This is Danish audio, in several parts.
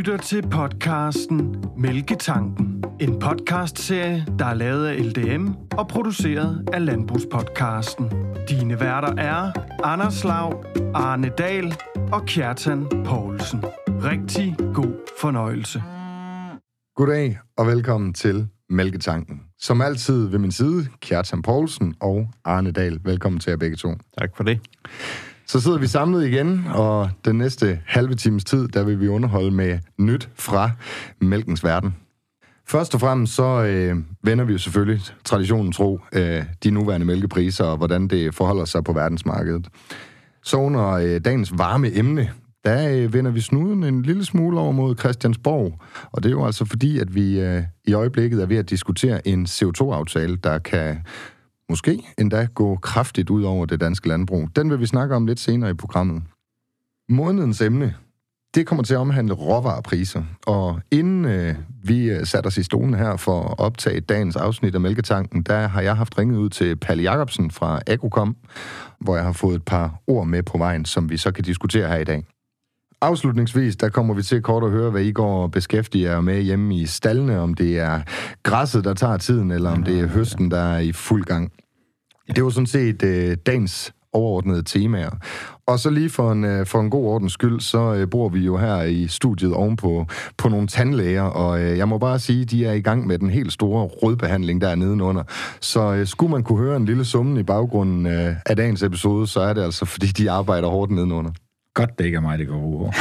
lytter til podcasten Mælketanken. En podcastserie, der er lavet af LDM og produceret af Landbrugspodcasten. Dine værter er Anders Lav, Arne Dahl og Kjartan Poulsen. Rigtig god fornøjelse. Goddag og velkommen til Mælketanken. Som altid ved min side, Kjartan Poulsen og Arne Dahl. Velkommen til jer begge to. Tak for det. Så sidder vi samlet igen, og den næste halve times tid, der vil vi underholde med nyt fra mælkens verden. Først og fremmest så vender vi jo selvfølgelig traditionen tro de nuværende mælkepriser og hvordan det forholder sig på verdensmarkedet. Så under dagens varme emne, der vender vi snuden en lille smule over mod Christiansborg. Og det er jo altså fordi, at vi i øjeblikket er ved at diskutere en CO2-aftale, der kan måske endda gå kraftigt ud over det danske landbrug. Den vil vi snakke om lidt senere i programmet. Månedens emne, det kommer til at omhandle råvarepriser. Og inden vi satte os i stolen her for at optage dagens afsnit af Mælketanken, der har jeg haft ringet ud til Palle Jacobsen fra Agrocom, hvor jeg har fået et par ord med på vejen, som vi så kan diskutere her i dag. Afslutningsvis, der kommer vi til kort at høre, hvad I går og beskæftiger jer med hjemme i staldene, om det er græsset, der tager tiden, eller om det er høsten, der er i fuld gang. Det var sådan set dagens overordnede temaer. Og så lige for en god ordens skyld, så bor vi jo her i studiet ovenpå på nogle tandlæger, og jeg må bare sige, de er i gang med den helt store rodbehandling der nedenunder. Så skulle man kunne høre en lille summen i baggrunden af dagens episode, så er det altså, fordi de arbejder hårdt nedenunder. Godt, det ikke er mig, det går over.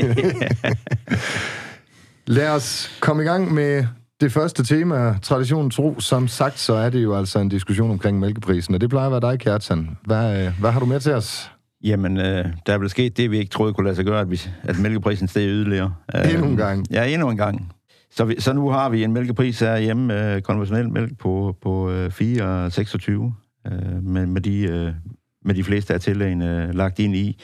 Lad os komme i gang med det første tema, traditionen tro. Som sagt, så er det jo altså en diskussion omkring mælkeprisen, og det plejer at være dig, Kjartan. Hvad har du med til os? Jamen, der er vel sket det, vi ikke troede kunne lade sig gøre, at mælkeprisen steg yderligere. Endnu en gang. Ja, endnu en gang. Så nu har vi en mælkepris her hjemme, konventionel mælk på 4,26, med de fleste af tillægene lagt ind i.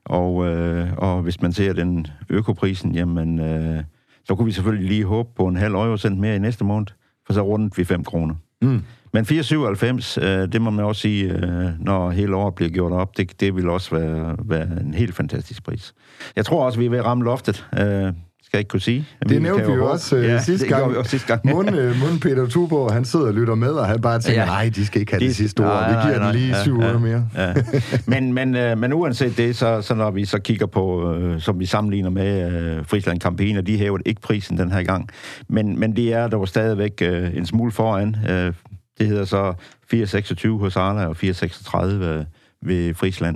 Og hvis man ser den økoprisen, jamen, så kunne vi selvfølgelig lige håbe på en halv eurocent mere i næste måned, for så rundt vi 5 kroner. Mm. Men 4,97, det må man også sige, når hele året bliver gjort op, det vil også være en helt fantastisk pris. Jeg tror også, vi er ved at ramme loftet. Skal jeg ikke kunne sige. Det nævnte vi jo også sidste gang. Munden Peter Tuborg, han sidder og lytter med, og han bare tænker, nej, de skal ikke have det sidste ord. Vi giver den lige 7 øre mere. Ja. Men uanset det, så når vi så kigger på, som vi sammenligner med Friesland Campina, de hæver ikke prisen den her gang. Men de er dog stadigvæk en smule foran. Det hedder så 4,26 hos Arla og 4,36 ved Friesland.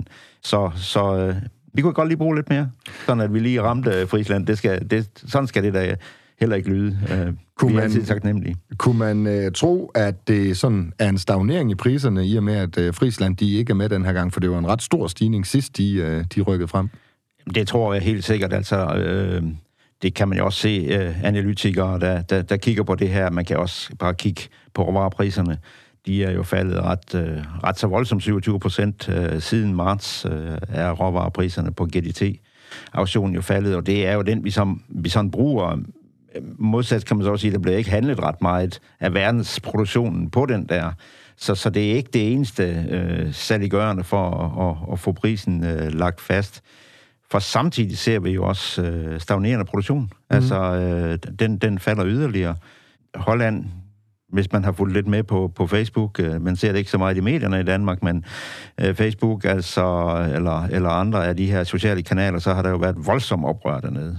Så vi kunne godt lige bruge lidt mere, sådan at vi lige ramte Friesland. Sådan skal det da heller ikke lyde. Vi er altid taknemmelige. Kunne man tro, at det sådan er en stagnering i priserne, i og med, at Friesland de ikke er med den her gang, for det var en ret stor stigning sidst, de rykkede frem? Det tror jeg helt sikkert. Altså, det kan man jo også se analytikere, der kigger på det her. Man kan også bare kigge på råvarepriserne. De er jo faldet ret så voldsomt, 27% siden marts er råvarepriserne på GDT-auktionen jo faldet, og det er jo den, vi sådan bruger. Modsat kan man så også sige, at der bliver ikke handlet ret meget af verdensproduktionen på den der. Så det er ikke det eneste saliggørende for at få prisen lagt fast. For samtidig ser vi jo også stagnerende produktion. Altså, den falder yderligere. Holland, hvis man har fulgt lidt med på Facebook, man ser det ikke så meget i medierne i Danmark, men Facebook altså, eller andre af de her sociale kanaler, så har der jo været voldsomt oprør dernede.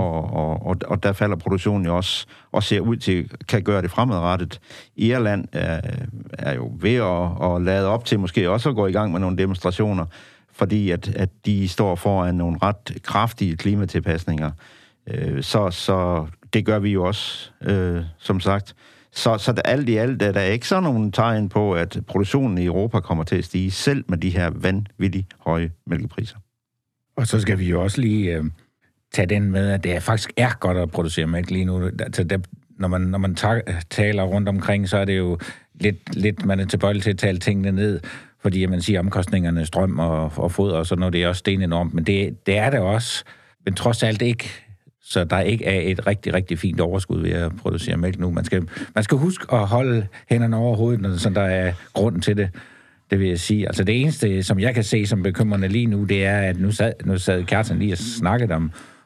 Og der falder produktionen jo også, og ser ud til, kan gøre det fremadrettet. Irland er jo ved at lade op til måske også at gå i gang med nogle demonstrationer, fordi at de står foran nogle ret kraftige klimatilpasninger. Så det gør vi jo også, som sagt. Så alt i alt er der ikke sådan nogle tegn på, at produktionen i Europa kommer til at stige, selv med de her vanvittigt høje mælkepriser. Og så skal vi jo også lige tage den med, at det faktisk er godt at producere mælk lige nu. Altså, når man taler rundt omkring, så er det jo lidt man er tilbøjelig til at tale tingene ned, fordi man siger omkostningerne, strøm og foder og sådan noget, det er også stenenormt. Men det er det også, men trods alt ikke. Så der ikke er et rigtig, rigtig fint overskud ved at producere mælk nu. Man skal huske at holde hænderne over hovedet, når der er grunden til det. Det vil jeg sige. Altså det eneste, som jeg kan se som bekymrende lige nu, det er, at nu sad Kjartan lige og snakkede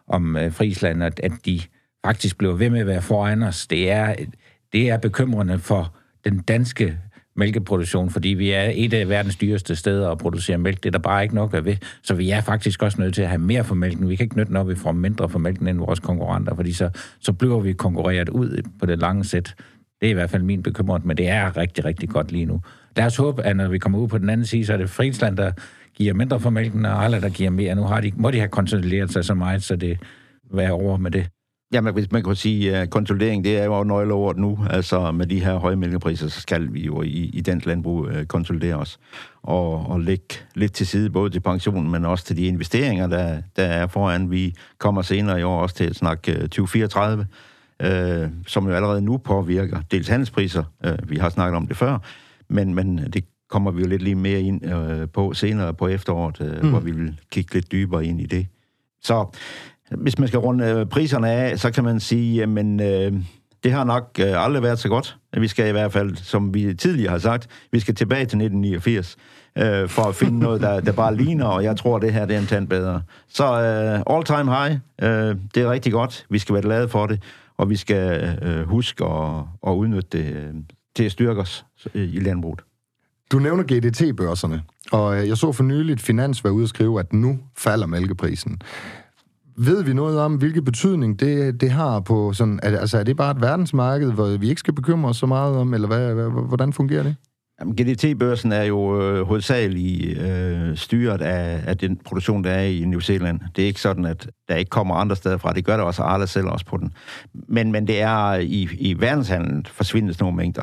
om Friesland, at de faktisk bliver ved med at være foran os. Det er bekymrende for den danske mælkeproduktion, fordi vi er et af verdens dyreste steder at producere mælk. Det er der bare ikke nok ved. Så vi er faktisk også nødt til at have mere for mælken. Vi kan ikke nytte, når vi får mindre for mælken end vores konkurrenter, fordi så bliver vi konkurreret ud på det lange sæt. Det er i hvert fald min bekymring, men det er rigtig, rigtig godt lige nu. Lad os håbe, at når vi kommer ud på den anden side, så er det Friesland, der giver mindre for mælken, og Arla, der giver mere. Nu må de have konsolideret sig så meget, så det være over med det. Jamen, hvis man kan sige, at konsolidering, det er jo nøgleordet nu. Altså, med de her høje mælkepriser, så skal vi jo i dansk landbrug konsolidere os. Og lægge lidt til side, både til pensionen, men også til de investeringer, der er foran. Vi kommer senere i år også til at snakke 2034, som jo allerede nu påvirker dels handelspriser. Vi har snakket om det før, men det kommer vi jo lidt lige mere ind på senere på efteråret, hvor vi vil kigge lidt dybere ind i det. Så hvis man skal runde priserne af, så kan man sige, jamen, det har nok aldrig været så godt. Vi skal i hvert fald, som vi tidligere har sagt, vi skal tilbage til 1989, for at finde noget, der bare ligner, og jeg tror, det her det er en tand bedre. Så all time high, det er rigtig godt. Vi skal være glade for det, og vi skal huske at udnytte det til at styrke os i landbruget. Du nævner GDT-børserne, og jeg så for nyligt Finans være ude at skrive, at nu falder mælkeprisen. Ved vi noget om, hvilken betydning det har på sådan... Altså, er det bare et verdensmarked, hvor vi ikke skal bekymre os så meget om, eller hvordan fungerer det? Jamen, GDT-børsen er jo hovedsageligt styret af den produktion, der er i New Zealand. Det er ikke sådan, at der ikke kommer andre steder fra. Det gør der også, Arla selv også på den. Men det er i verdenshandlen forsvindende nogle mængder.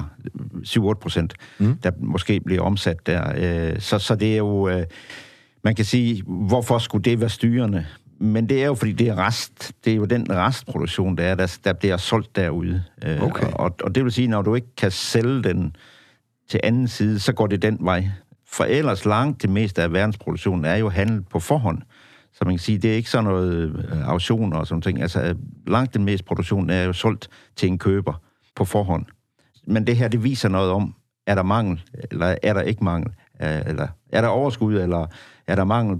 7-8%, der måske bliver omsat der. Så det er jo... Man kan sige, hvorfor skulle det være styrende? Men det er jo, fordi det er rest. Det er jo den restproduktion, der bliver solgt derude. Okay. Og det vil sige, når du ikke kan sælge den til anden side, så går det den vej. For ellers langt det meste af verdensproduktionen er jo handel på forhånd. Så man kan sige, det er ikke sådan noget auktioner og sådan ting. Altså langt det meste produktion er jo solgt til en køber på forhånd. Men det her, det viser noget om, er der mangel, eller er der ikke mangel? Eller er der overskud, eller er der mangel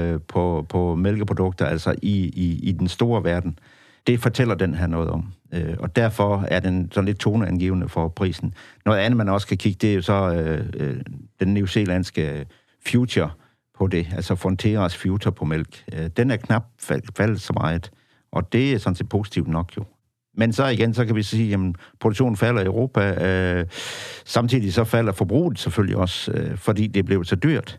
på mælkeprodukter, altså i den store verden? Det fortæller den her noget om. Og derfor er den sådan lidt toneangivende for prisen. Noget andet, man også kan kigge, det er jo så den newzealandske future på det, altså Fonterras future på mælk. Den er knap faldet så meget, og det er sådan set positivt nok jo. Men så igen, så kan vi sige, at produktionen falder i Europa. Samtidig så falder forbruget selvfølgelig også, fordi det blev så dyrt.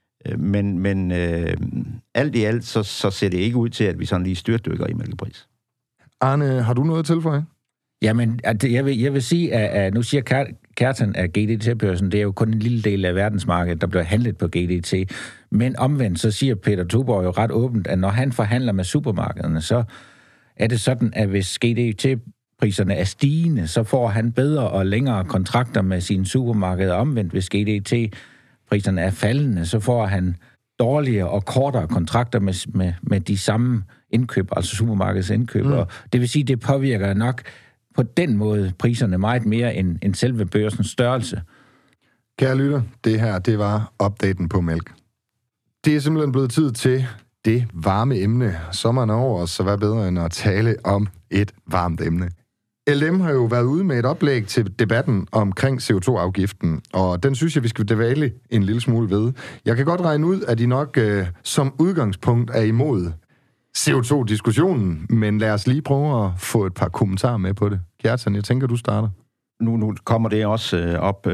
Men alt i alt, så ser det ikke ud til, at vi sådan lige styrtdykker i mælkepris. Arne, har du noget at tilføje? Jamen, jeg vil sige, at nu siger Kjartan, at GDT-børsen, det er jo kun en lille del af verdensmarkedet, der bliver handlet på GDT. Men omvendt, så siger Peter Tuborg jo ret åbent, at når han forhandler med supermarkederne, så er det sådan, at hvis GDT-priserne er stigende, så får han bedre og længere kontrakter med sine supermarkeder. Omvendt, hvis GDT-priserne er faldende, så får han dårligere og kortere kontrakter med de samme indkøb, altså supermarkedets indkøb. Og det vil sige, det påvirker nok på den måde priserne meget mere end selve børsens størrelse. Kære lytter, det her, det var updaten på mælk. Det er simpelthen blevet tid til det varme emne. Sommeren er over os, så hvad bedre end at tale om et varmt emne. LDM har jo været ude med et oplæg til debatten omkring CO2-afgiften, og den synes jeg, vi skal dvæle en lille smule ved. Jeg kan godt regne ud, at I nok som udgangspunkt er imod CO2-diskussionen, men lad os lige prøve at få et par kommentarer med på det. Kjartan, jeg tænker, du starter. Nu kommer det også op...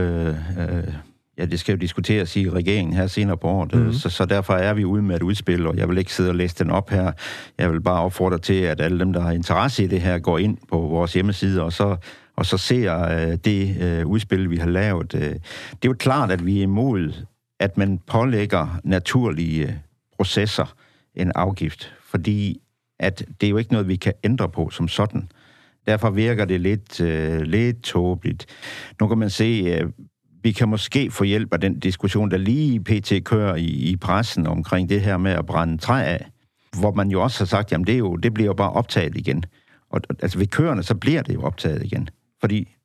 Ja, det skal jo diskuteres i regeringen her senere på året, så derfor er vi ude med et udspil, og jeg vil ikke sidde og læse den op her. Jeg vil bare opfordre til, at alle dem, der har interesse i det her, går ind på vores hjemmeside, og så ser det udspil, vi har lavet. Det er jo klart, at vi er imod, at man pålægger naturlige processer en afgift, fordi at det er jo ikke noget, vi kan ændre på som sådan. Derfor virker det lidt tåbeligt. Nu kan man se... Vi kan måske få hjælp af den diskussion, der lige pt. Kører i pressen omkring det her med at brænde træ af, hvor man jo også har sagt, jamen det bliver jo bare optaget igen. Og altså ved køerne, så bliver det jo optaget igen. Fordi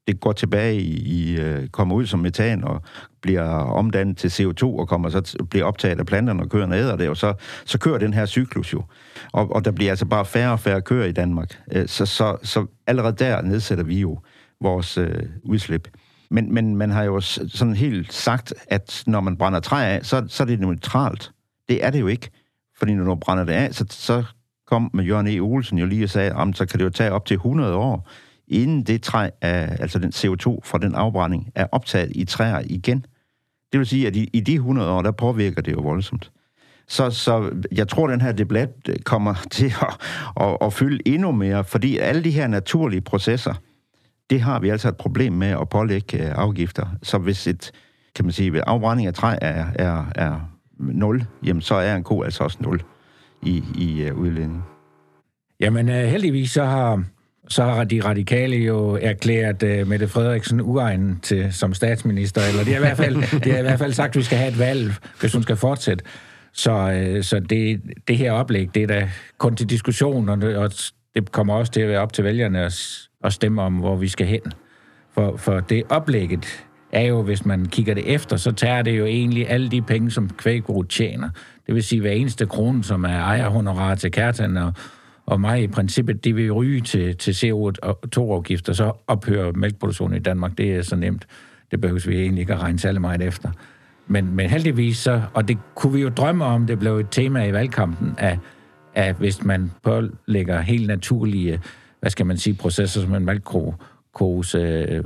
det går tilbage kommer ud som metan og bliver omdannet til CO2 og bliver optaget af planterne og køerne æder det, og så kører den her cyklus jo. Og der bliver altså bare færre og færre køer i Danmark. Så allerede der nedsætter vi jo vores udslip. Men man har jo sådan helt sagt, at når man brænder træ af, så er det neutralt. Det er det jo ikke. Fordi når du brænder det af, så kom med Jørgen E. Olsen jo lige og sagde, at så kan det jo tage op til 100 år, inden det træ, altså den CO2 fra den afbrænding, er optaget i træer igen. Det vil sige, at i de 100 år, der påvirker det jo voldsomt. Så jeg tror, at den her debat kommer til at fylde endnu mere, fordi alle de her naturlige processer, det har vi altså et problem med at pålægge afgifter. Så hvis afbrænding af træ er 0, jamen så er en ko altså også 0 i udledning. Jamen heldigvis så har de radikale jo erklæret Mette Frederiksen uegnet til som statsminister, eller de har i hvert fald sagt, at vi skal have et valg, hvis hun skal fortsætte. Så det her oplæg, det er da kun til diskussion, og det kommer også til at være op til vælgerne at stemme om, hvor vi skal hen. For det oplægget er jo, hvis man kigger det efter, så tager det jo egentlig alle de penge, som kvægbruget tjener. Det vil sige, hver eneste krone, som er ejerhonorar til Kjartan og mig i princippet, det vil ryge til CO2-afgifter, så ophører mælkeproduktionen i Danmark. Det er så nemt. Det behøver vi egentlig ikke at regne særlig meget efter. Men heldigvis så, og det kunne vi jo drømme om, det blev et tema i valgkampen, at hvis man pålægger helt naturlige, processer som en mælkekos,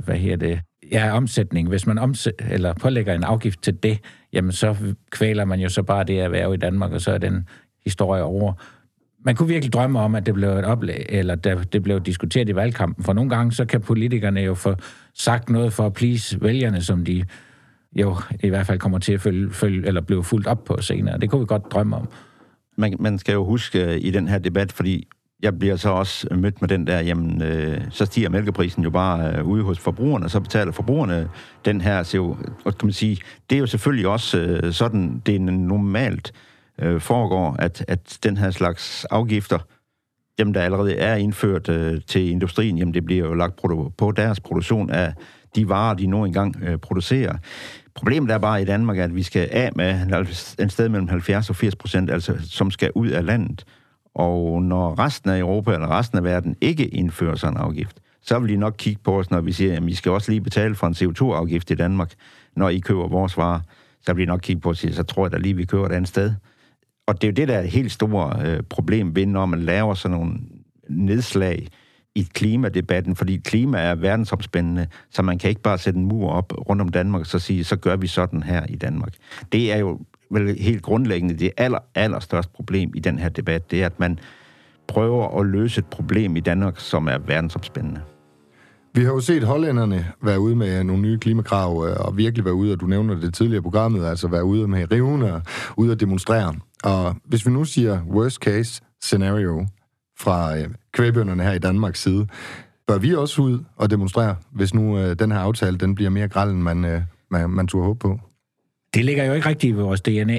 omsætning. Hvis man eller pålægger en afgift til det, jamen så kvæler man jo så bare det erhverv i Danmark, og så er den historie over. Man kunne virkelig drømme om, at det blev et oplæg, eller det blev diskuteret i valgkampen, for nogle gange så kan politikerne jo få sagt noget for at please vælgerne, som de jo i hvert fald kommer til at følge eller blive fuldt op på senere. Det kunne vi godt drømme om. Man skal jo huske i den her debat, fordi jeg bliver så også mødt med den der, jamen, så stiger mælkeprisen jo bare ude hos forbrugerne, og så betaler forbrugerne den her, og kan man sige, det er jo selvfølgelig også sådan, det normalt foregår, at den her slags afgifter, dem der allerede er indført til industrien, jamen det bliver jo lagt på deres produktion af de varer, de nu engang producerer. Problemet er bare i Danmark, at vi skal af med en sted mellem 70 og 80%, altså som skal ud af landet. Og når resten af Europa eller resten af verden ikke indfører sådan en afgift, så vil de nok kigge på os, når vi siger, at vi skal også lige betale for en CO2-afgift i Danmark, når I køber vores varer. Så vil de nok kigge på os og sige, så tror jeg da lige, vi køber et andet sted. Og det er jo det, der er et helt stort problem ved, når man laver sådan nogle nedslag i klimadebatten, fordi klima er verdensomspændende, så man kan ikke bare sætte en mur op rundt om Danmark og så sige, så gør vi sådan her i Danmark. Det er jo vel helt grundlæggende det allerstørste problem i den her debat, det er, at man prøver at løse et problem i Danmark, som er verdensomspændende. Vi har jo set hollænderne være ude med nogle nye klimakrav, og virkelig være ude, og du nævner det tidligere i programmet, altså være ude med rivene og ude at demonstrere. Og hvis vi nu siger worst case scenario fra kvægbønderne her i Danmarks side, bør vi også ud og demonstrere, hvis nu den her aftale den bliver mere grel, end man turde håbe på? Det ligger jo ikke rigtigt i vores DNA.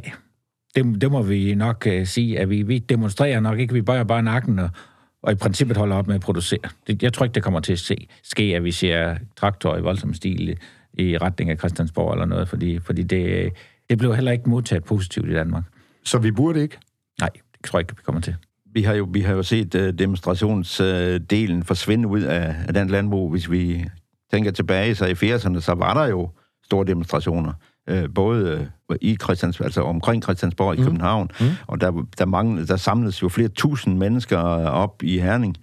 Det må vi nok sige, at vi demonstrerer nok ikke. Vi bøjer bare nakken og i princippet holder op med at producere. Jeg tror ikke, det kommer til at ske, at vi ser traktorer i voldsom stil i retning af Christiansborg eller noget, fordi det blev heller ikke modtaget positivt i Danmark. Så vi burde ikke? Nej, det tror jeg ikke, vi kommer til. Vi har jo set demonstrationsdelen forsvinde ud af den landbrug. Hvis vi tænker tilbage, så i 80'erne, så var der jo store demonstrationer. Både i Christiansborg, altså omkring Christiansborg i København, og der samledes jo flere tusind mennesker op i Herning,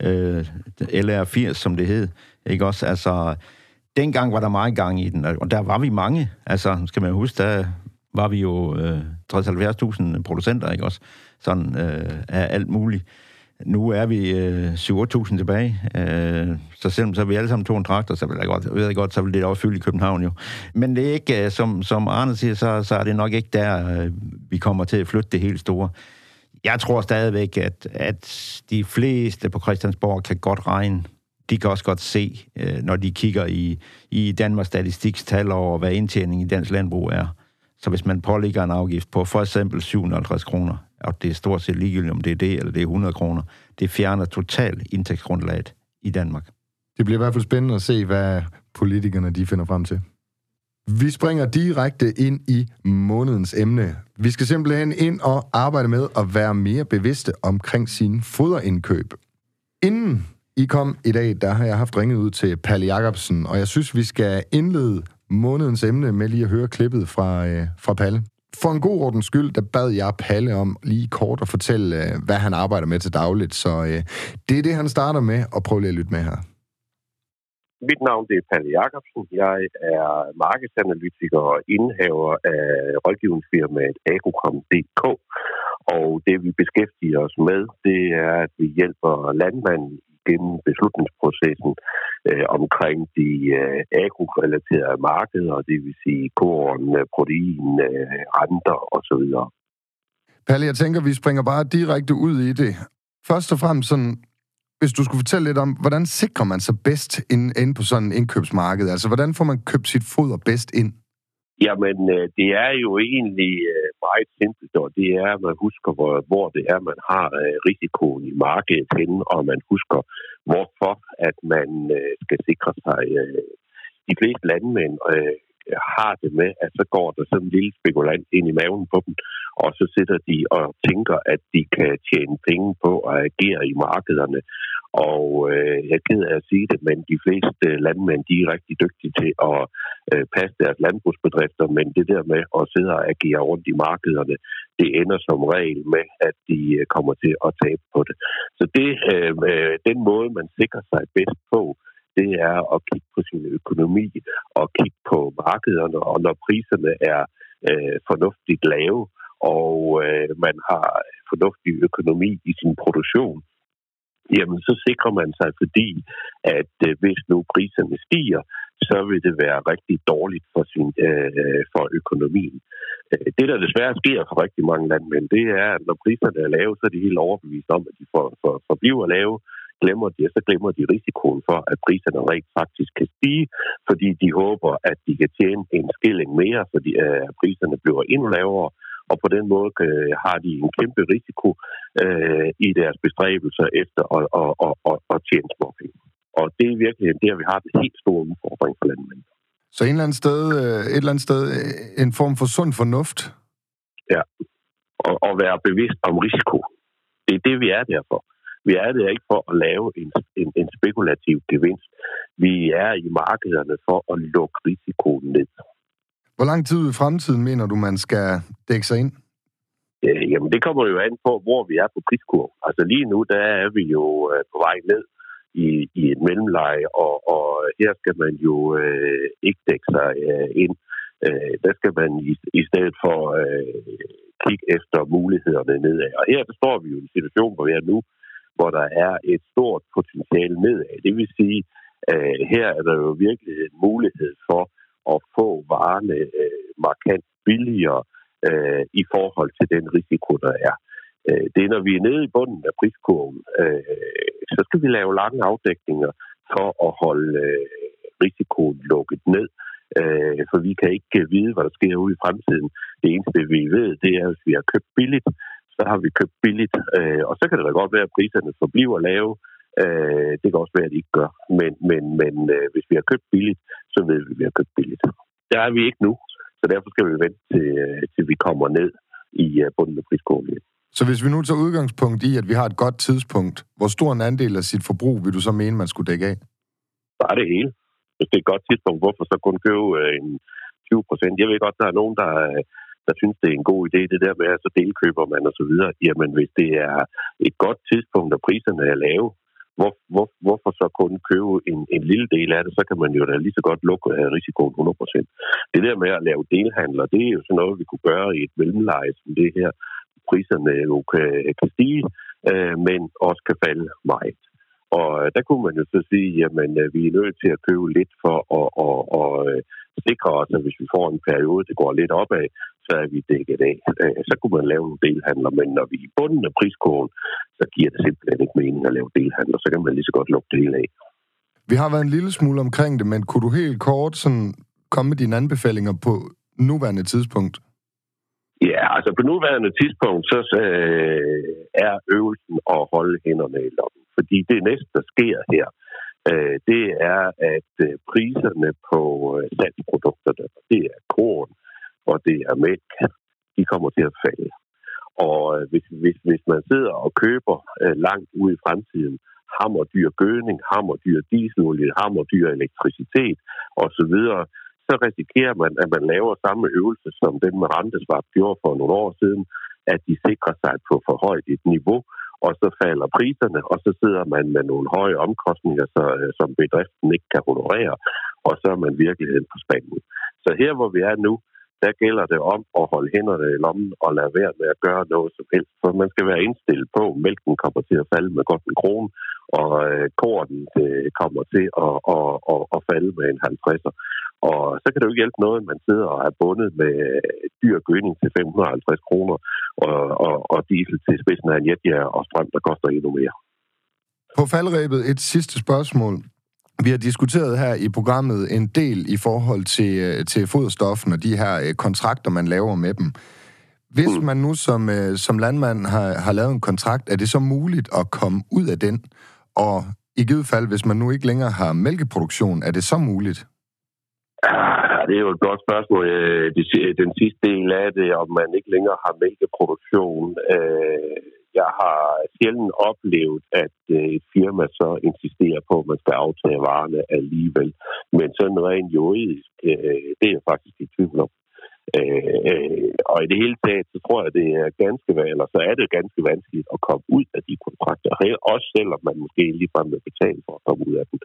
LR80, som det hed, ikke også? Altså, dengang var der meget gang i den, og der var vi mange, altså, skal man huske, der var vi jo 60-70.000 producenter, ikke også? Sådan af alt muligt. Nu er vi 7-8.000 tilbage, så selvom så vi alle sammen tog en traktor, så ved jeg godt, så vil det også fylde i København jo. Men det er ikke, som Arne siger, så er det nok ikke der, vi kommer til at flytte det helt store. Jeg tror stadigvæk, at de fleste på Christiansborg kan godt regne. De kan også godt se, når de kigger i Danmarks Statistiks tal over, hvad indtjening i dansk landbrug er. Så hvis man pålægger en afgift på for eksempel 750 kroner, og det er stort set ligegyldigt, om det er det, eller det er 100 kroner, det fjerner totalt indtægtsgrundlaget i Danmark. Det bliver i hvert fald spændende at se, hvad politikerne de finder frem til. Vi springer direkte ind i månedens emne. Vi skal simpelthen ind og arbejde med at være mere bevidste omkring sine foderindkøb. Inden I kom i dag, der har jeg haft ringet ud til Palle Jacobsen, og jeg synes, vi skal indlede månedens emne med lige at høre klippet fra Palle. For en god ordens skyld, der bad jeg Palle om lige kort at fortælle, hvad han arbejder med til dagligt, så det er det, han starter med, og prøv lige at lytte med her. Mit navn er Palle Jacobsen. Jeg er markedsanalytiker og indehaver af rådgivningsfirmaet Agrocom.dk. Og det, vi beskæftiger os med, det er, at vi hjælper landmanden gennem beslutningsprocessen omkring de agrorelaterede markeder, det vil sige korn, protein, renter osv. Palle, jeg tænker, vi springer bare direkte ud i det. Først og fremmest sådan, hvis du skulle fortælle lidt om, hvordan sikrer man sig bedst inde på sådan en indkøbsmarked? Altså, hvordan får man købt sit foder bedst ind? Jamen, det er jo egentlig meget simpelt, og det er, at man husker, hvor det er, man har risikoen i markedet henne, og man husker, hvorfor at man skal sikre sig. De fleste landmænd har det med, at så går der sådan en lille spekulant ind i maven på dem, og så sidder de og tænker, at de kan tjene penge på at agere i markederne. Og jeg er ked af at sige det, men de fleste landmænd, de er rigtig dygtige til at passe deres landbrugsbedrifter, men det der med at sidde og agere rundt i markederne, det ender som regel med, at de kommer til at tabe på det. Så det, den måde, man sikrer sig bedst på, det er at kigge på sin økonomi og kigge på markederne, og når priserne er fornuftigt lave, og man har fornuftig økonomi i sin produktion, jamen så sikrer man sig, fordi at hvis nu priserne stiger, så vil det være rigtig dårligt for økonomien. Det, der desværre sker for rigtig mange landmænd, det er, at når priserne er lave, så er de helt overbevist om, at de forbliver lave. Så glemmer de risikoen for, at priserne rent faktisk kan stige, fordi de håber, at de kan tjene en skilling mere, fordi priserne bliver endnu lavere. Og på den måde har de en kæmpe risiko i deres bestræbelser efter at tjene småpenge. Og det er virkelig der, vi har den helt store udfordring for landmænd. Så et eller andet sted en form for sund fornuft? Ja, og være bevidst om risiko. Det er det, vi er der for. Vi er der ikke for at lave en spekulativ gevinst. Vi er i markederne for at lukke risikoen ned. Hvor lang tid i fremtiden mener du, man skal dække sig ind? Jamen, det kommer jo an på, hvor vi er på priskurven. Altså lige nu, der er vi jo på vej ned i et mellemleje, og her skal man jo ikke dække sig ind. Der skal man i stedet for kigge efter mulighederne nedad. Og her står vi jo i en situation, hvor vi er nu, hvor der er et stort potentiale nedad. Det vil sige, her er der jo virkelig en mulighed for at få varerne markant billigere i forhold til den risiko, der er. Det er, når vi er nede i bunden af priskurven, så skal vi lave lange afdækninger for at holde risikoen lukket ned. For vi kan ikke vide, hvad der sker ude i fremtiden. Det eneste, vi ved, det er, at hvis vi har købt billigt, så har vi købt billigt. Og så kan det da godt være, at priserne forbliver lave. Det kan også være, at de ikke gør. Men hvis vi har købt billigt, så ved vi, at vi har købt billigt. Der er vi ikke nu, så derfor skal vi vente til vi kommer ned i bunden af priskurven. Så hvis vi nu tager udgangspunkt i, at vi har et godt tidspunkt, hvor stor en andel af sit forbrug vil du så mene, man skulle dække af? Bare det hele. Hvis det er et godt tidspunkt, hvorfor så kun købe en 20%? Jeg ved godt, der er nogen, der synes, det er en god idé, det der med, at så delkøber man og så videre. Jamen, hvis det er et godt tidspunkt, og priserne er lave, hvorfor så kun købe en lille del af det, så kan man jo da lige så godt lukke risikoen 100%. Det der med at lave delhandler, det er jo sådan noget, vi kunne gøre i et mellemleje som det her. Priserne jo kan stige, men også kan falde meget. Og der kunne man jo så sige, jamen vi er nødt til at købe lidt for at sikre os, at hvis vi får en periode, det går lidt opad, så er vi dækket af. Så kunne man lave nogle delhandler, men når vi er i bunden af priskurven, så giver det simpelthen ikke mening at lave delhandler. Så kan man lige så godt lukke det af. Vi har været en lille smule omkring det, men kunne du helt kort sådan komme med dine anbefalinger på nuværende tidspunkt? Ja, altså på nuværende tidspunkt, så er øvelsen at holde hænderne i lommen. Fordi det næste, der sker her, det er, at priserne på salgsprodukterne, det er korn, og det er mælk, de kommer til at falde. Og hvis man sidder og køber langt ude i fremtiden, hammerdyr gødning, hammerdyr dieselolie, hammerdyr elektricitet osv., så risikerer man, at man laver samme øvelse, som den med Renteswap gjorde for nogle år siden, at de sikrer sig på for højt et niveau, og så falder priserne, og så sidder man med nogle høje omkostninger, som bedriften ikke kan honorere, og så er man virkeligheden på spanden. Så her, hvor vi er nu, der gælder det om at holde hænderne i lommen og lade være med at gøre noget som helst. For man skal være indstillet på, at mælken kommer til at falde med godt en krone, og korten kommer til at falde med en 50'er. Og så kan det jo ikke hjælpe noget, at man sidder og er bundet med dyr gødning til 550 kroner, og diesel til spidsen af en jetjager og strøm, der koster endnu mere. På faldrebet et sidste spørgsmål. Vi har diskuteret her i programmet en del i forhold til foderstoffen og de her kontrakter, man laver med dem. Hvis man nu som landmand har lavet en kontrakt, er det så muligt at komme ud af den? Og i givet fald, hvis man nu ikke længere har mælkeproduktion, er det så muligt? Det er jo et godt spørgsmål. Den sidste del af det, om man ikke længere har mælkeproduktion. Jeg har sjældent oplevet, at et firma så insisterer på, at man skal aftage varerne alligevel. Men sådan rent juridisk, det er jeg faktisk i tvivl om. Og i det hele taget, så tror jeg, det er ganske vanskeligt at komme ud af de kontrakter. Også selvom man måske ligefrem vil betale for at komme ud af den.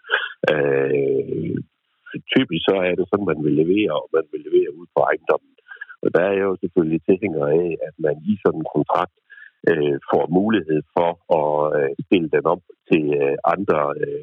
Typisk så er det sådan, man vil levere, og man vil levere ud på ejendommen. Og der er jo selvfølgelig tilhænger af, at man i sådan en kontrakt får mulighed for at stille den op til andre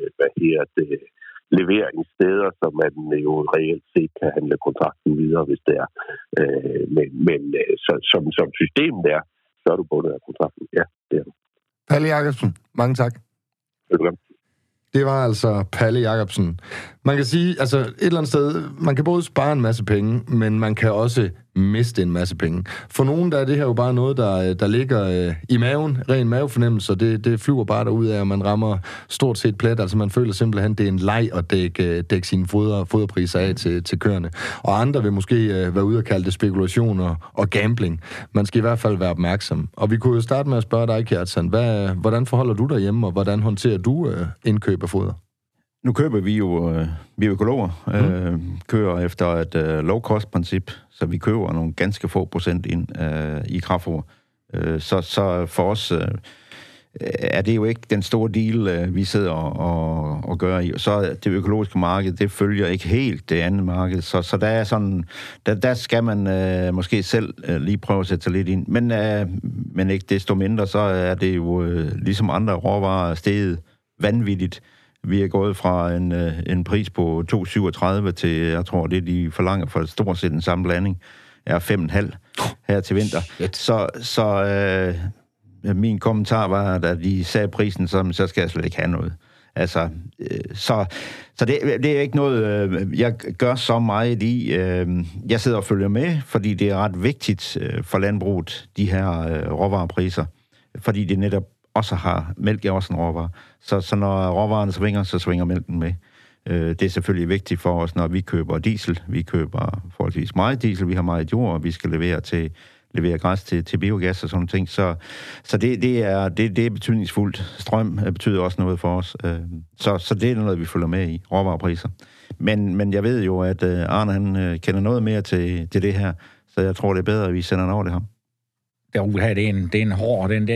leveringssteder, så man jo reelt set kan handle kontrakten videre, hvis det er. Men som systemet er, så er du bundet af kontrakten. Ja, det er du. Palle Jacobsen, mange tak. Velkommen. Det var altså Palle Jacobsen. Man kan sige, altså et eller andet sted, man kan både spare en masse penge, men man kan også miste en masse penge. For nogen der er det her jo bare noget, der ligger i maven, ren mavefornemmelse, og det flyver bare derudad, og man rammer stort set plet. Altså man føler simpelthen, det er en leg at dække sine foderpriser af til køerne. Og andre vil måske være ude og kalde det spekulation og gambling. Man skal i hvert føld være opmærksom. Og vi kunne jo starte med at spørge dig, Kjartan, hvordan forholder du dig hjemme, og hvordan håndterer du indkøb af foder? Nu køber vi jo, vi er økologer, kører efter et low-cost-princip, så vi køber nogle ganske få procent ind i kraftfoder. Så for os er det jo ikke den store deal, vi sidder og gør i. Så det økologiske marked, det følger ikke helt det andet marked. Så der er sådan, der skal man måske selv lige prøve at sætte sig lidt ind. Men ikke desto mindre, så er det jo ligesom andre råvarer steget vanvittigt. Vi er gået fra en pris på 2,37 til, jeg tror, det de forlanger for stort set den samme blanding, er 5,5 her til vinter. Så min kommentar var, da de sagde prisen, så skal jeg slet ikke have noget. Altså, så det er ikke noget, jeg gør så meget i. Jeg sidder og følger med, fordi det er ret vigtigt for landbruget, de her råvarepriser, fordi det netop også har mælk er også en råvare. Så når råvarerne svinger, så svinger mælken med. Det er selvfølgelig vigtigt for os, når vi køber diesel. Vi køber forholdsvis meget diesel, vi har meget jord, og vi skal levere græs til biogas og sådan ting. Så det er betydningsfuldt. Strøm betyder også noget for os. Så det er noget, vi følger med i, råvarepriser. Men jeg ved jo, at Arne han kender noget mere til det her, så jeg tror, det er bedre, at vi sender den over det ham. Det er en hård, den der.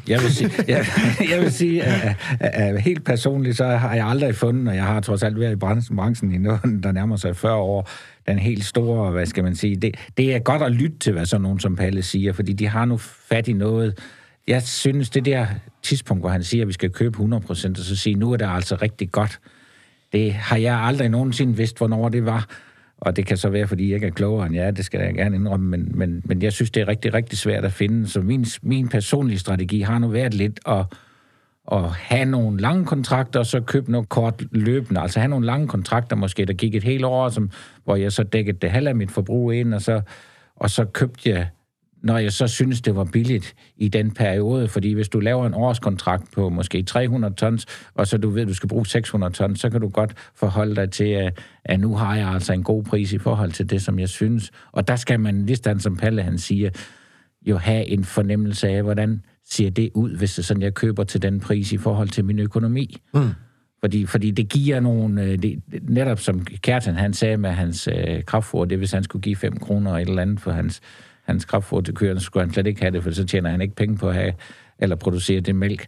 Jeg vil sige, at helt personligt, så har jeg aldrig fundet, og jeg har trods alt været i branchen i noget, der nærmer sig 40 år, den helt store, hvad skal man sige, det er godt at lytte til, hvad sådan nogen som Palle siger, fordi de har nu fat i noget. Jeg synes, det der tidspunkt, hvor han siger, at vi skal købe 100%, og så sige, nu er det altså rigtig godt. Det har jeg aldrig nogensinde vidst, hvornår det var. Og det kan så være, fordi jeg ikke er klogere end jer, det skal jeg gerne indrømme, men jeg synes, det er rigtig, rigtig svært at finde. Så min personlige strategi har nu været lidt at have nogle lange kontrakter, og så købe noget kort løbende. Altså have nogle lange kontrakter måske, der gik et helt år, hvor jeg så dækkede det halve af mit forbrug ind, og så købte jeg når jeg så synes, det var billigt i den periode. Fordi hvis du laver en årskontrakt på måske 300 tons, og så du ved, du skal bruge 600 tons, så kan du godt forholde dig til, at nu har jeg altså en god pris i forhold til det, som jeg synes. Og der skal man, lige som Palle han siger, jo have en fornemmelse af, hvordan ser det ud, hvis det sådan, jeg køber til den pris i forhold til min økonomi. Fordi det giver nogle... netop som Kjartan, han sagde med hans kraftfoder, det hvis han skulle give 5 kroner eller et eller andet for hans kraftfoder til køerne, så skulle han slet ikke have det, for så tjener han ikke penge på at have eller producere det mælk.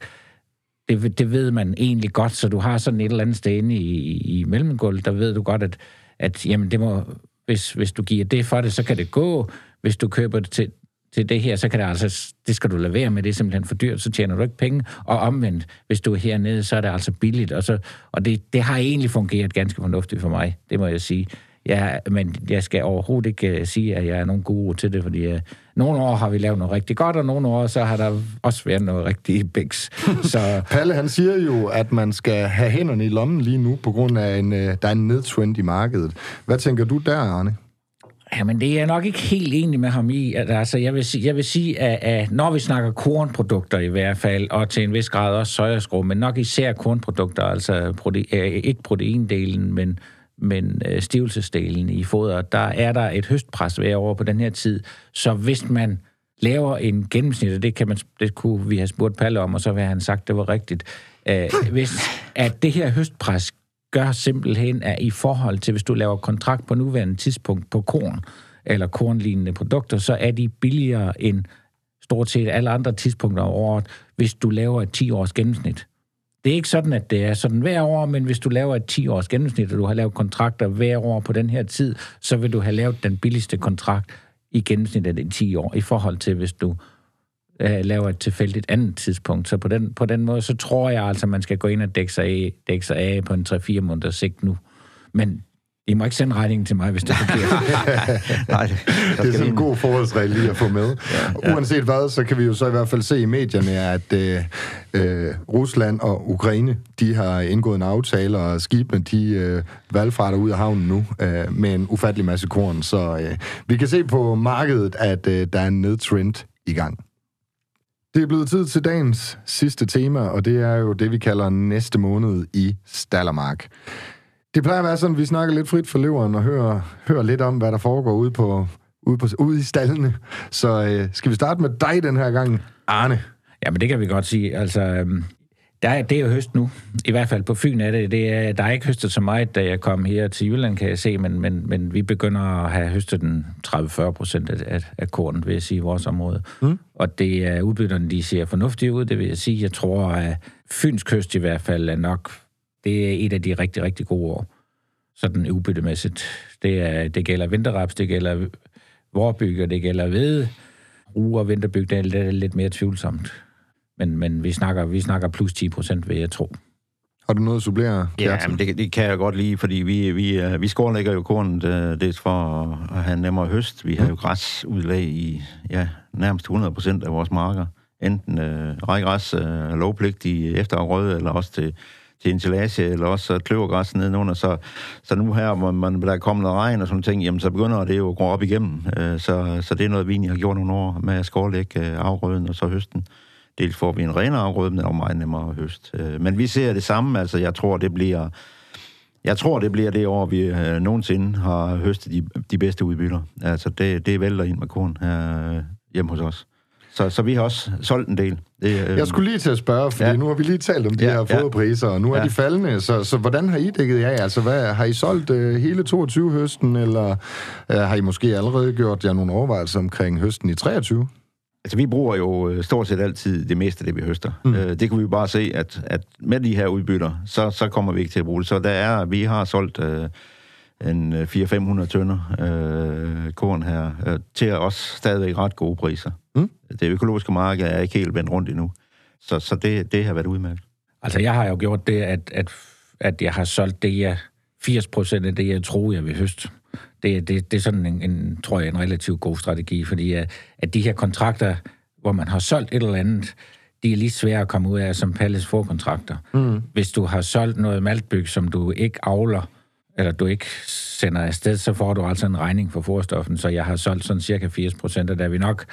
Det ved man egentlig godt, så du har sådan et eller andet sted inde i mellemgulvet, der ved du godt, at jamen det må... Hvis du giver det for det, så kan det gå. Hvis du køber det til det her, så kan det skal du lade være med, det er simpelthen for dyrt, så tjener du ikke penge. Og omvendt, hvis du er hernede, så er det altså billigt. Og det har egentlig fungeret ganske fornuftigt for mig, det må jeg sige. Men jeg skal overhovedet ikke sige, at jeg er nogen guru til det, fordi nogle år har vi lavet noget rigtig godt, og nogle år så har der også været noget rigtig biks. Så... Palle, han siger jo, at man skal have hænderne i lommen lige nu, på grund af der er en nedtrend i markedet. Hvad tænker du der, Arne? Jamen, det er jeg nok ikke helt enig med ham i. Altså, jeg vil sige, at når vi snakker kornprodukter i hvert fald, og til en vis grad også sojaskrå, men nok især kornprodukter, altså ikke proteindelen, men stivelsesdelen i foder, der er der et høstpres hver år på den her tid. Så hvis man laver en gennemsnit, og det kunne vi have spurgt Palle om, og så vil han sagt, det var rigtigt, hvis at det her høstpres gør simpelthen, at i forhold til, hvis du laver kontrakt på nuværende tidspunkt på korn, eller kornlignende produkter, så er de billigere end stort set alle andre tidspunkter af året, hvis du laver et 10-års gennemsnit. Det er ikke sådan, at det er sådan hver år, men hvis du laver et 10-års gennemsnit, og du har lavet kontrakter hver år på den her tid, så vil du have lavet den billigste kontrakt i gennemsnit af de 10 år, i forhold til, hvis du laver et tilfældigt andet tidspunkt. Så på den måde, så tror jeg altså, man skal gå ind og dække sig af på en 3-4 måneder sigt nu. Men I må ikke sende regningen til mig, hvis det er forkert. Nej, det er sådan en god forholdsregel lige at få med. Ja. Uanset hvad, så kan vi jo så i hvert fald se i medierne, at Rusland og Ukraine, de har indgået en aftale, og skibene, de valgfarter ud af havnen nu med en ufattelig masse korn. Så vi kan se på markedet, at der er en nedtrend i gang. Det er blevet tid til dagens sidste tema, og det er jo det, vi kalder næste måned i Stallermark. Det plejer at være sådan, at vi snakker lidt frit for leveren og hører lidt om, hvad der foregår ude i stallene. Så skal vi starte med dig den her gang, Arne? Jamen, det kan vi godt sige. Altså, det er jo høst nu. I hvert fald på Fyn er det. Der er ikke høstet så meget, da jeg kom her til Jylland, kan jeg se, men vi begynder at have høstet den 30-40% af kornet, vil jeg sige, i vores område. Og det er udbytterne, de ser fornuftige ud, det vil jeg sige. Jeg tror, at Fyns kyst i hvert fald er nok... Det er et af de rigtig, rigtig gode år. Sådan udbyttemæssigt. Det gælder vinterraps, det gælder vårbyg, og det gælder hvede. Ruge og vinterbyg, det er lidt mere tvivlsomt. Men vi snakker plus 10%, vil jeg tro. Har du noget at supplere, Kjartan? Ja, men det kan jeg godt lide, fordi vi skårlægger jo kornet dels for at have nemmere høst. Vi har jo græsudlag i nærmest 100% af vores marker. Enten rejgræs, lovpligtig efterafgrøde, eller også til ensilage, eller også kløvergræs nedenunder. Så nu her, hvor der er kommet noget regn og sådan ting, jamen så begynder det jo at gå op igennem. Så det er noget, vi egentlig har gjort nogle år med at skårlægge afgrøden og så høsten. Dels får vi en renere afgrøde, men det er meget nemmere at høste. Men vi ser det samme, altså jeg tror, det bliver det år, vi nogensinde har høstet de bedste udbytter. Altså det vælter ind med korn her hjemme hos os. Så vi har også solgt en del. Jeg skulle lige til at spørge, fordi nu har vi lige talt om de her foderpriser, og nu er de faldende. Så hvordan har I dækket jer? Altså, har I solgt hele 22-høsten, eller har I måske allerede gjort jer nogle overvejelser omkring høsten i 23? Altså, vi bruger jo stort set altid det meste af det, vi høster. Det kan vi jo bare se, at med de her udbytter, så kommer vi ikke til at bruge det. Så vi har solgt en 400-500 tønder korn her, til også stadigvæk ret gode priser. Det økologiske marked er ikke helt vendt rundt endnu. Så det har været udmærket. Altså, jeg har jo gjort det, at jeg har solgt 80% af det, jeg tror, jeg vil høste. Det er sådan tror jeg, en relativt god strategi, fordi at de her kontrakter, hvor man har solgt et eller andet, de er lige svære at komme ud af som Palles forkontrakter. Hvis du har solgt noget maltbyg, som du ikke avler, eller du ikke sender afsted, så får du altså en regning for forstoffen. Så jeg har solgt sådan cirka 80%, og der vi nok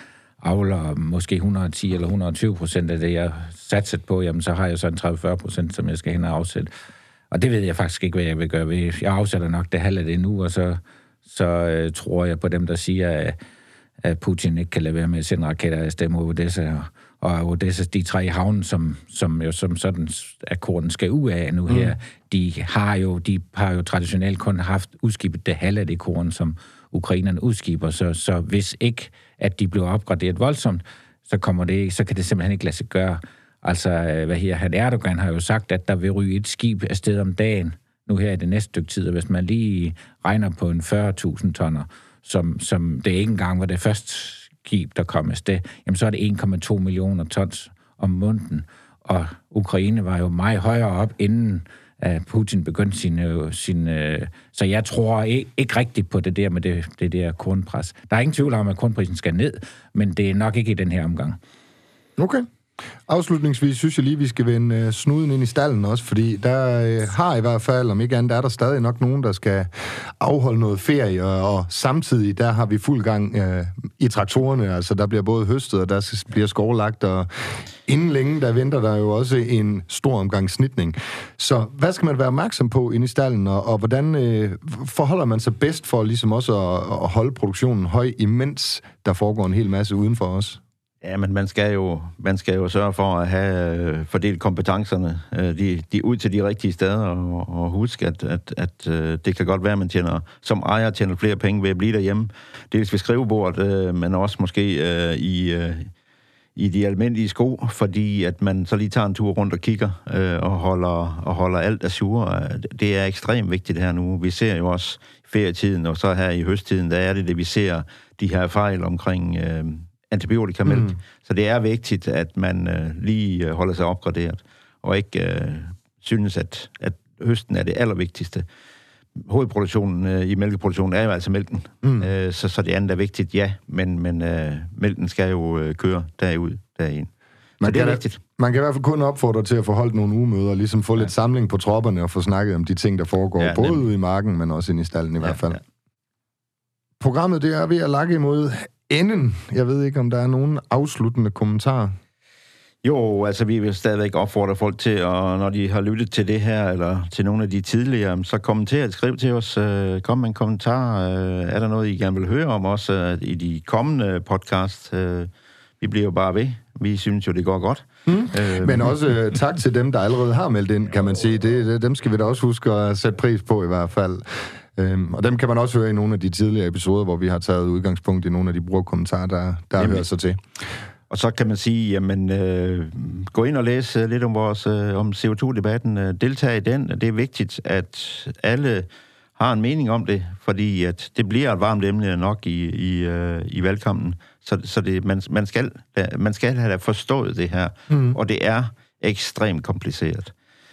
avler måske 110 eller 120% af det, jeg satset på, jamen så har jeg så en 30-40%, som jeg skal hen og afsætte. Og det ved jeg faktisk ikke, hvad jeg vil gøre ved. Jeg afsætter nok det halve af det nu, og så tror jeg på dem, der siger, at Putin ikke kan lade være med at sende raketter afsted mod Odessa, og Odessa, de 3 havne, som sådan, at korten skal ud af nu her, de har jo traditionelt kun haft udskibet det halve af det korn, som ukrainerne udskiber, så hvis ikke, at de bliver opgraderet voldsomt, så kan det simpelthen ikke lade sig gøre. Altså, Erdogan har jo sagt, at der vil ryge et skib afsted om dagen, nu her i det næste stykke tid, og hvis man lige regner på en 40.000 tonner, som det ikke engang var det første skib, der kom afsted, jamen så er det 1,2 millioner tons om måneden, og Ukraine var jo meget højere op, inden Putin begyndte sin så jeg tror ikke rigtigt på det der med det der kornpres. Der er ingen tvivl om, at kornprisen skal ned, men det er nok ikke i den her omgang. Okay. Afslutningsvis synes jeg lige, vi skal vende snuden ind i stallen også, fordi der har i hvert fald, om ikke andet, er der stadig nok nogen, der skal afholde noget ferie, og samtidig der har vi fuld gang i traktorerne, altså der bliver både høstet, og der bliver skovlagt, og inden længe, der venter der jo også en stor omgang snitning. Så hvad skal man være opmærksom på inde i stallen, og hvordan forholder man sig bedst for ligesom også at holde produktionen høj, imens der foregår en hel masse uden for os? Ja, men man skal jo sørge for at have fordelt kompetencerne de ud til de rigtige steder, og huske, at det kan godt være, at man som ejer tjener flere penge ved at blive derhjemme. Dels ved skrivebordet, men også måske i de almindelige sko, fordi at man så lige tager en tur rundt og kigger og holder alt ajour. Det er ekstremt vigtigt her nu. Vi ser jo også ferietiden, og så her i høsttiden, der er det, vi ser de her fejl omkring antibiotikamælk. Så det er vigtigt, at man lige holder sig opgraderet, og ikke synes, at høsten er det allervigtigste. Hovedproduktionen i mælkeproduktionen er jo altså mælken. Så det andet er vigtigt, ja, men mælken skal jo køre derud, derind. Så det er vigtigt. Man kan i hvert fald kun opfordre til at få holdt nogle ugemøder, ligesom få lidt samling på tropperne og få snakket om de ting, der foregår, både ude i marken, men også inde i stallen i hvert fald. Ja. Programmet, det er ved at lakke imod enden. Jeg ved ikke, om der er nogen afsluttende kommentarer. Jo, altså vi vil stadigvæk opfordre folk til, og når de har lyttet til det her, eller til nogle af de tidligere, så kommenter, skriv til os, kom med en kommentar. Er der noget, I gerne vil høre om os i de kommende podcast? Vi bliver jo bare ved. Vi synes jo, det går godt. Men også tak til dem, der allerede har meldt ind, kan man sige. Dem skal vi da også huske at sætte pris på i hvert fald. Og dem kan man også høre i nogle af de tidligere episoder, hvor vi har taget udgangspunkt i nogle af de brugerkommentarer, der hører sig til. Og så kan man sige, jamen, gå ind og læse lidt om CO2-debatten. Deltag i den. Det er vigtigt, at alle har en mening om det, fordi at det bliver et varmt emne nok i valgkampen. Så det, man skal have forstået det her. Og det er ekstremt kompliceret.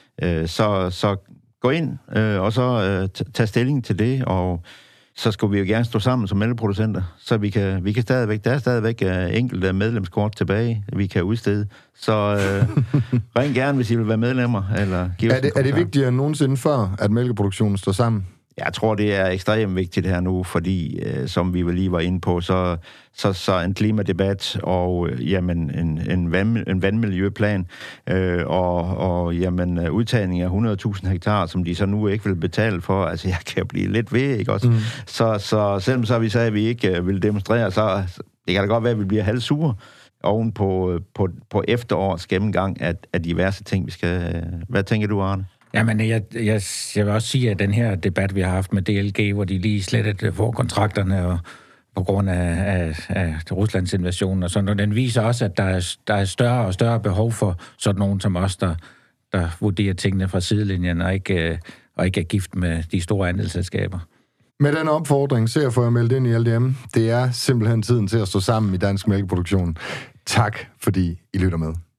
Så gå ind og så tage stilling til det, og så skulle vi jo gerne stå sammen som mælkeproducenter, så vi kan stadigvæk, der er stadigvæk enkelte medlemskort tilbage, vi kan udstede. Så ring gerne, hvis I vil være medlemmer. Eller give er det vigtigere end nogensinde før, at mælkeproduktionen står sammen? Jeg tror, det er ekstremt vigtigt her nu, fordi, som vi lige var inde på, så en klimadebat og jamen, en vandmiljøplan og jamen, udtagning af 100.000 hektar, som de så nu ikke vil betale for. Altså, jeg kan blive lidt ved, ikke også? Så selvom så vi sagde, at vi ikke vil demonstrere, så det kan da godt være, at vi bliver halvsure oven på efterårs gennemgang af diverse ting, vi skal... Hvad tænker du, Arne? Jamen, jeg vil også sige, at den her debat, vi har haft med DLG, hvor de lige slettede forkontrakterne og på grund af Ruslands invasion og sådan, og den viser også, at der er større og større behov for sådan nogen som os, der vurderer tingene fra sidelinjen og ikke er gift med de store andelsselskaber. Med den opfordring ser jeg for at melde ind i LDM. Det er simpelthen tiden til at stå sammen i dansk mælkeproduktion. Tak, fordi I lytter med.